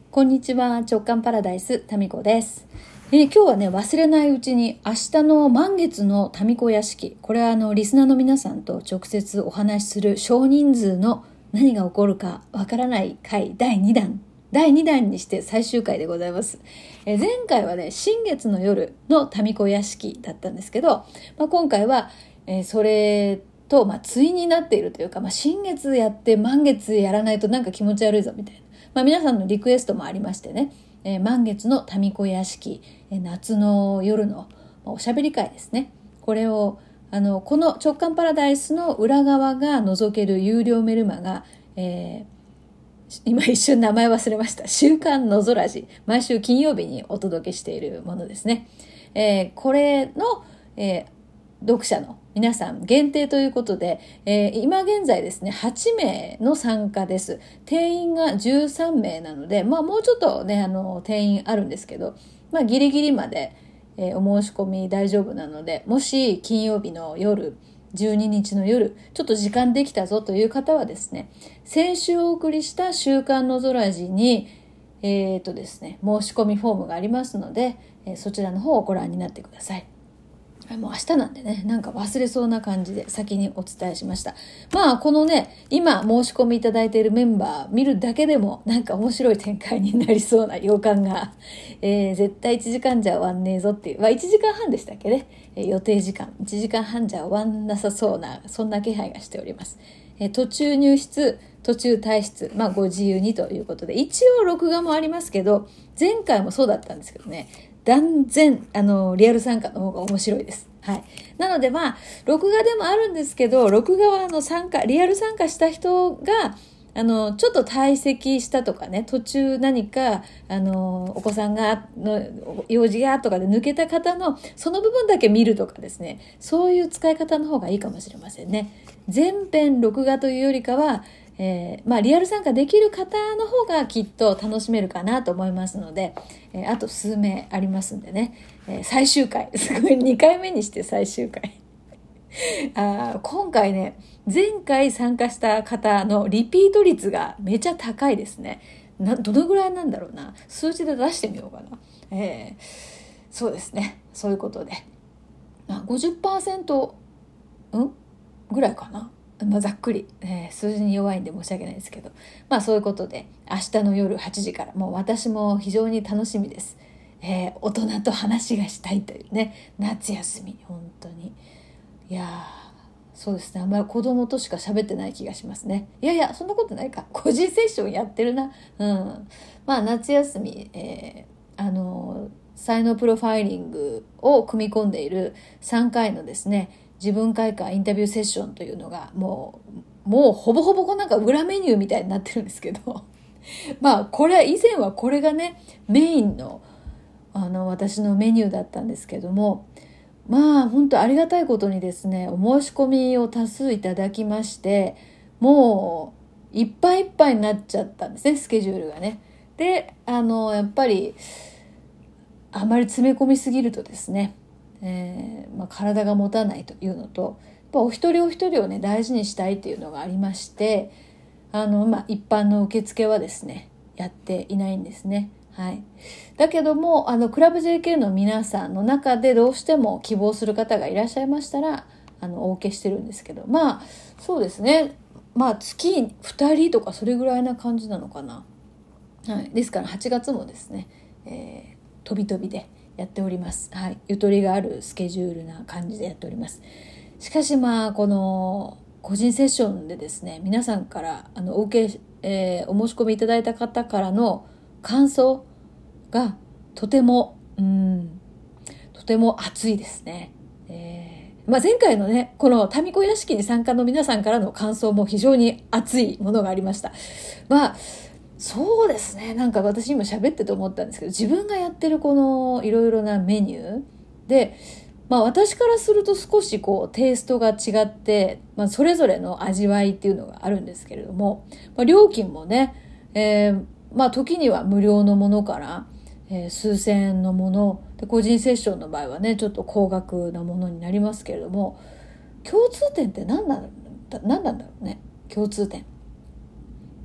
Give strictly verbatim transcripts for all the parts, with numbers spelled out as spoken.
こんにちは、直感パラダイスタミコです。えー、今日はね、忘れないうちに明日の満月のタミコ屋敷、これはあのリスナーの皆さんと直接お話しする少人数の何が起こるかわからない回だいにだんだいにだんにして最終回でございます。えー、前回はね、新月の夜のタミコ屋敷だったんですけど、まあ、今回は、えー、それと、まあ、対になっているというか、まあ、新月やって満月やらないとなんか気持ち悪いぞみたいな、まあ、皆さんのリクエストもありましてね、えー、満月のタミコ屋敷、えー、夏の夜のおしゃべり会ですね。これをあのこの直感パラダイスの裏側が覗ける有料メルマが、えー、今一瞬名前忘れました。週刊のぞらじ、毎週金曜日にお届けしているものですね。えー、これの、えー読者の皆さん限定ということで、えー、今現在ですねはちめいの参加です。定員がじゅうさんめいなので、まあもうちょっとねあの定員あるんですけど、まあギリギリまで、えー、お申し込み大丈夫なので、もし金曜日の夜じゅうににちの夜ちょっと時間できたぞという方はですね、先週お送りした週刊のぞらじにえーとですね申し込みフォームがありますので、えー、そちらの方をご覧になってください。もう明日なんでね、なんか忘れそうな感じで先にお伝えしました。まあこのね、今申し込みいただいているメンバー見るだけでもなんか面白い展開になりそうな予感が、えー、絶対いちじかんじゃ終わんねえぞっていう、まあいちじかんはんでしたっけね、えー、予定時間いちじかんはんじゃ終わんなさそうな、そんな気配がしております。えー、途中入室、途中退出、まあご自由にということで、一応録画もありますけど、前回もそうだったんですけどね、断然あのリアル参加の方が面白いです。はい。なのでまあ録画でもあるんですけど、録画はあの参加リアル参加した人があのちょっと退席したとかね、途中何かあのお子さんがの用事がとかで抜けた方のその部分だけ見るとかですね、そういう使い方の方がいいかもしれませんね。全編録画というよりかは、えー、まあリアル参加できる方の方がきっと楽しめるかなと思いますので、えー、あと数名ありますんでね、えー、最終回すごいにかいめにして最終回あ今回ね、前回参加した方のリピート率がめちゃ高いですね。などのぐらいなんだろうな、数字で出してみようかな。えー、そうですね、そういうことで、まあ、ごじゅっパーセント、んぐらいかな、まあ、ざっくり、えー、数字に弱いんで申し訳ないですけど、まあそういうことで明日の夜はちじからもう私も非常に楽しみです。えー、大人と話がしたいというね、夏休み本当に、いやーそうですね、あんまり子供としか喋ってない気がしますね。いやいやそんなことないか、個人セッションやってるな。うんまあ夏休み、えー、あの才能プロファイリングを組み込んでいるさんかいのですね自分開花インタビューセッションというのがもうもうほぼほぼなんか裏メニューみたいになってるんですけどまあこれ以前はこれがねメインのあの私のメニューだったんですけども、まあ本当ありがたいことにですねお申し込みを多数いただきまして、もういっぱいいっぱいになっちゃったんですね、スケジュールがね。であのやっぱりあまり詰め込みすぎるとですね、えーまあ、体が持たないというのと、やっぱお一人お一人をね大事にしたいっていうのがありまして、あの、まあ、一般の受付はですねやっていないんですね。はい、だけどもあのクラブ ジェーケー の皆さんの中でどうしても希望する方がいらっしゃいましたらあのお受けしてるんですけど、まあそうですね、まあ月ふたりとかそれぐらいな感じなのかな。はい、ですからはちがつもですね、えー飛び飛びでやっております。はい、ゆとりがあるスケジュールな感じでやっております。しかしまあこの個人セッションでですね皆さんからあのお受け、えー、お申し込みいただいた方からの感想がとてもうんとても熱いですね。えーまあ、前回のねこのタミコ屋敷に参加の皆さんからの感想も非常に熱いものがありました。まあそうですね、なんか私今喋ってて思ったんですけど、自分がやってるこのいろいろなメニューで、まあ私からすると少しこうテイストが違って、まあそれぞれの味わいっていうのがあるんですけれども、まあ、料金もね、えー、まあ時には無料のものから、えー、数千円のもので、個人セッションの場合はねちょっと高額なものになりますけれども、共通点って何なんだ、何なんだろうね。共通点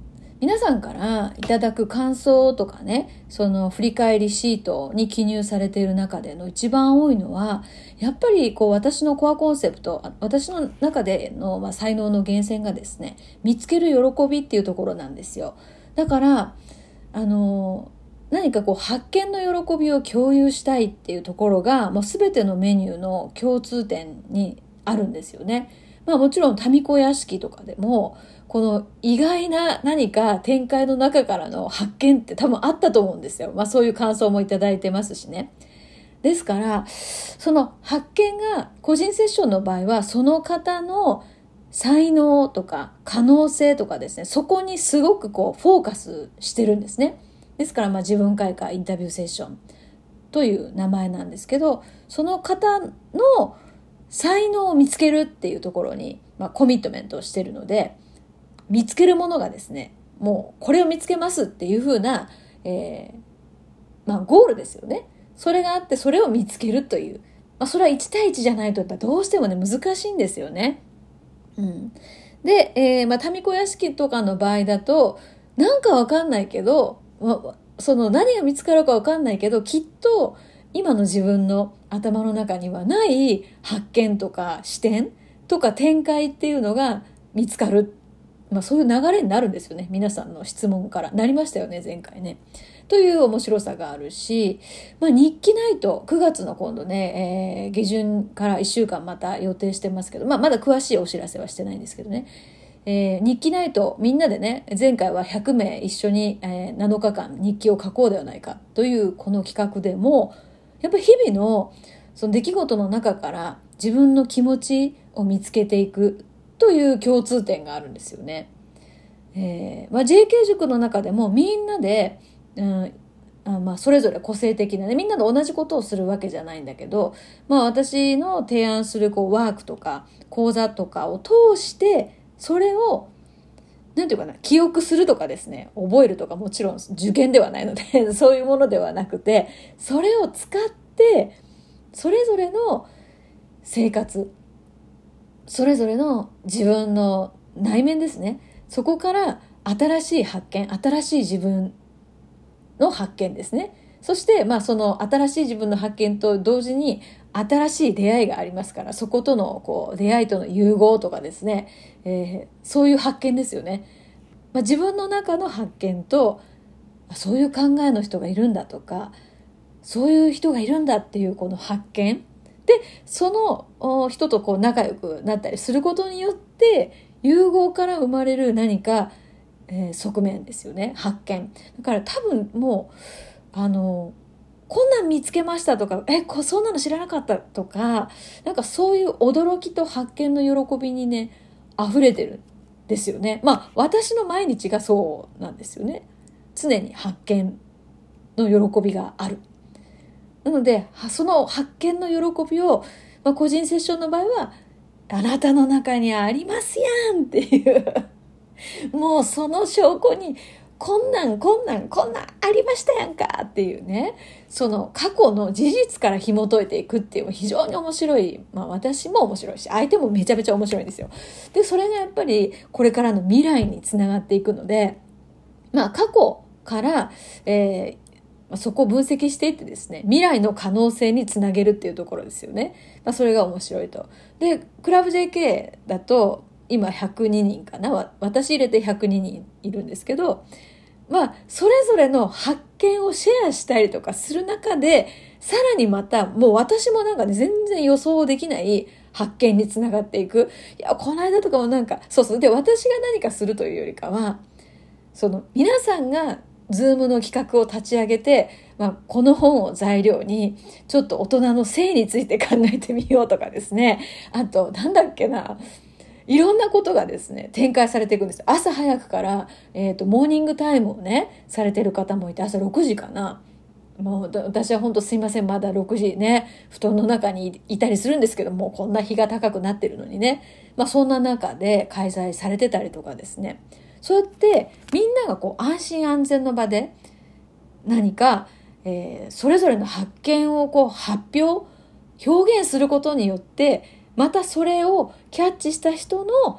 皆さんからいただく感想とかね、その振り返りシートに記入されている中での一番多いのは、やっぱりこう私のコアコンセプト、私の中でのまあ才能の源泉がですね、見つける喜びっていうところなんですよ。だからあの何かこう発見の喜びを共有したいっていうところがもう全てのメニューの共通点にあるんですよね。まあもちろん民子屋敷とかでもこの意外な何か展開の中からの発見って多分あったと思うんですよ。まあそういう感想もいただいてますしね。ですからその発見が個人セッションの場合はその方の才能とか可能性とかですね、そこにすごくこうフォーカスしてるんですね。ですからまあ自分開花インタビューセッションという名前なんですけど、その方の才能を見つけるっていうところに、まあ、コミットメントをしているので、見つけるものがですね、もうこれを見つけますっていう風な、えーまあ、ゴールですよね。それがあってそれを見つけるという、まあ、それはいち対いちじゃないとやっぱどうしてもね難しいんですよね。うん、で、えーまあ、民子屋敷とかの場合だとなんかわかんないけど、ま、その何が見つかるかわかんないけどきっと今の自分の頭の中にはない発見とか視点とか展開っていうのが見つかる、まあ、そういう流れになるんですよね。皆さんの質問からなりましたよね前回ね。という面白さがあるし、まあ、日記ナイトくがつの今度ね、えー、下旬からいっしゅうかんまた予定してますけど、まあ、まだ詳しいお知らせはしてないんですけどね、えー、日記ナイトみんなでね、前回はひゃくめい一緒に、えー、なのかかん日記を書こうではないかというこの企画でもやっぱり日々のその出来事の中から自分の気持ちを見つけていくという共通点があるんですよね。えーまあ、ジェーケー 塾の中でもみんなでうん、あまあそれぞれ個性的なね、みんなで同じことをするわけじゃないんだけど、まあ私の提案するこうワークとか講座とかを通してそれをなんていうかな、記憶するとかですね、覚えるとかもちろん受験ではないのでそういうものではなくて、それを使ってそれぞれの生活、それぞれの自分の内面ですね、そこから新しい発見、新しい自分の発見ですね。そしてまあその新しい自分の発見と同時に新しい出会いがありますから、そことのこう出会いとの融合とかですね、えー、そういう発見ですよね。まあ、自分の中の発見とそういう考えの人がいるんだとか、そういう人がいるんだっていうこの発見で、その人とこう仲良くなったりすることによって融合から生まれる何かえー、側面ですよね、発見。だから多分もうあのこんなん見つけましたとか、えこそんなの知らなかったとか、なんかそういう驚きと発見の喜びにね溢れてるんですよね。まあ私の毎日がそうなんですよね。常に発見の喜びがある。なのでその発見の喜びを、まあ、個人セッションの場合はあなたの中にありますやんっていうもうその証拠にこんなんこんなんこんなんありましたやんかっていうね、その過去の事実から紐解いていくっていう非常に面白い、まあ私も面白いし相手もめちゃめちゃ面白いんですよ。でそれがやっぱりこれからの未来につながっていくので、まあ過去から、えー、そこを分析していってですね、未来の可能性につなげるっていうところですよね。まあそれが面白いと。でクラブ ジェーケー だと今ひゃくににんかな、私入れてひゃくににんいるんですけど、まあそれぞれの発見をシェアしたりとかする中で、さらにまたもう私もなんかね全然予想できない発見につながっていく。いやこの間とかもなんかそうそうで、私が何かするというよりかは、その皆さんがズームの企画を立ち上げて、まあ、この本を材料にちょっと大人の性について考えてみようとかですね、あとなんだっけな、いろんなことがですね展開されていくんです。朝早くから、えーと、モーニングタイムをねされてる方もいて、朝ろくじかな、もう私は本当すいません、まだろくじね布団の中にいたりするんですけども、こんな日が高くなってるのにね、まあ、そんな中で開催されてたりとかですね、そうやってみんながこう安心安全の場で何か、えー、それぞれの発見をこう発表表現することによって、またそれをキャッチした人の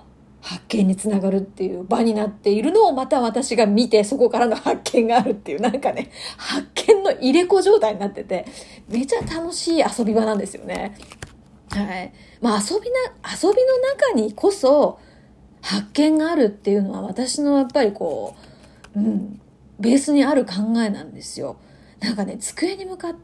発見につながるっていう場になっているのをまた私が見て、そこからの発見があるっていう、なんかね、発見の入れ子状態になってて、めちゃ楽しい遊び場なんですよね。はい。まあ遊びな、遊びの中にこそ発見があるっていうのは私のやっぱりこう、うん、ベースにある考えなんですよ。なんかね、机に向かって、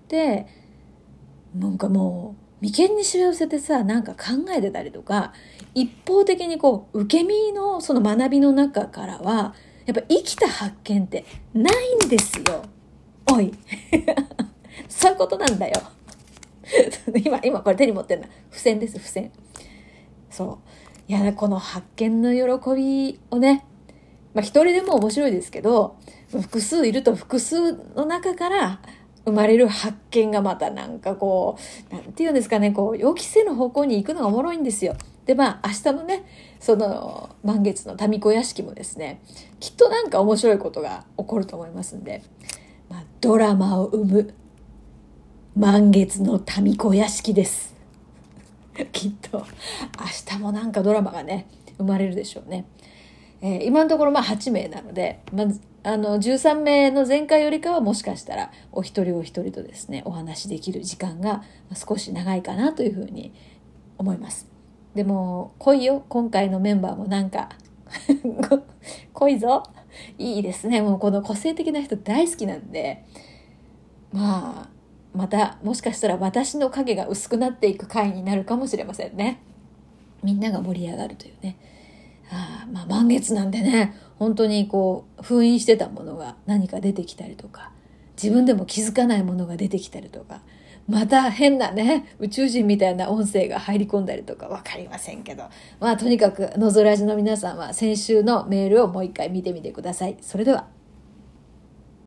なんかもう、眉間にしわ寄せてさ、なんか考えてたりとか、一方的にこう、受け身のその学びの中からは、やっぱ生きた発見ってないんですよ。おい。そういうことなんだよ。今、今これ手に持ってるのは付箋です、付箋。そう。いや、この発見の喜びをね、まあ一人でも面白いですけど、複数いると複数の中から生まれる発見がまたなんかこう、なんていうんですかね、こう、予期せぬ方向に行くのがおもろいんですよ。で、まあ明日のね、その満月の民子屋敷もですね、きっとなんか面白いことが起こると思いますんで、まあ、ドラマを生む満月の民子屋敷です。きっと明日もなんかドラマがね、生まれるでしょうね。えー、今のところまあはちめいなので、まずあのじゅうさんめいの前回よりかはもしかしたらお一人お一人とですねお話しできる時間が少し長いかなというふうに思います。でも来いよ、今回のメンバーもなんか来いぞ、いいですね。もうこの個性的な人大好きなんで、まあまたもしかしたら私の影が薄くなっていく回になるかもしれませんね。みんなが盛り上がるというね。あまあ満月なんでね、本当にこう封印してたものが何か出てきたりとか、自分でも気づかないものが出てきたりとか、また変なね宇宙人みたいな音声が入り込んだりとかわかりませんけど、まあとにかくのぞらじの皆さんは先週のメールをもう一回見てみてください。それでは。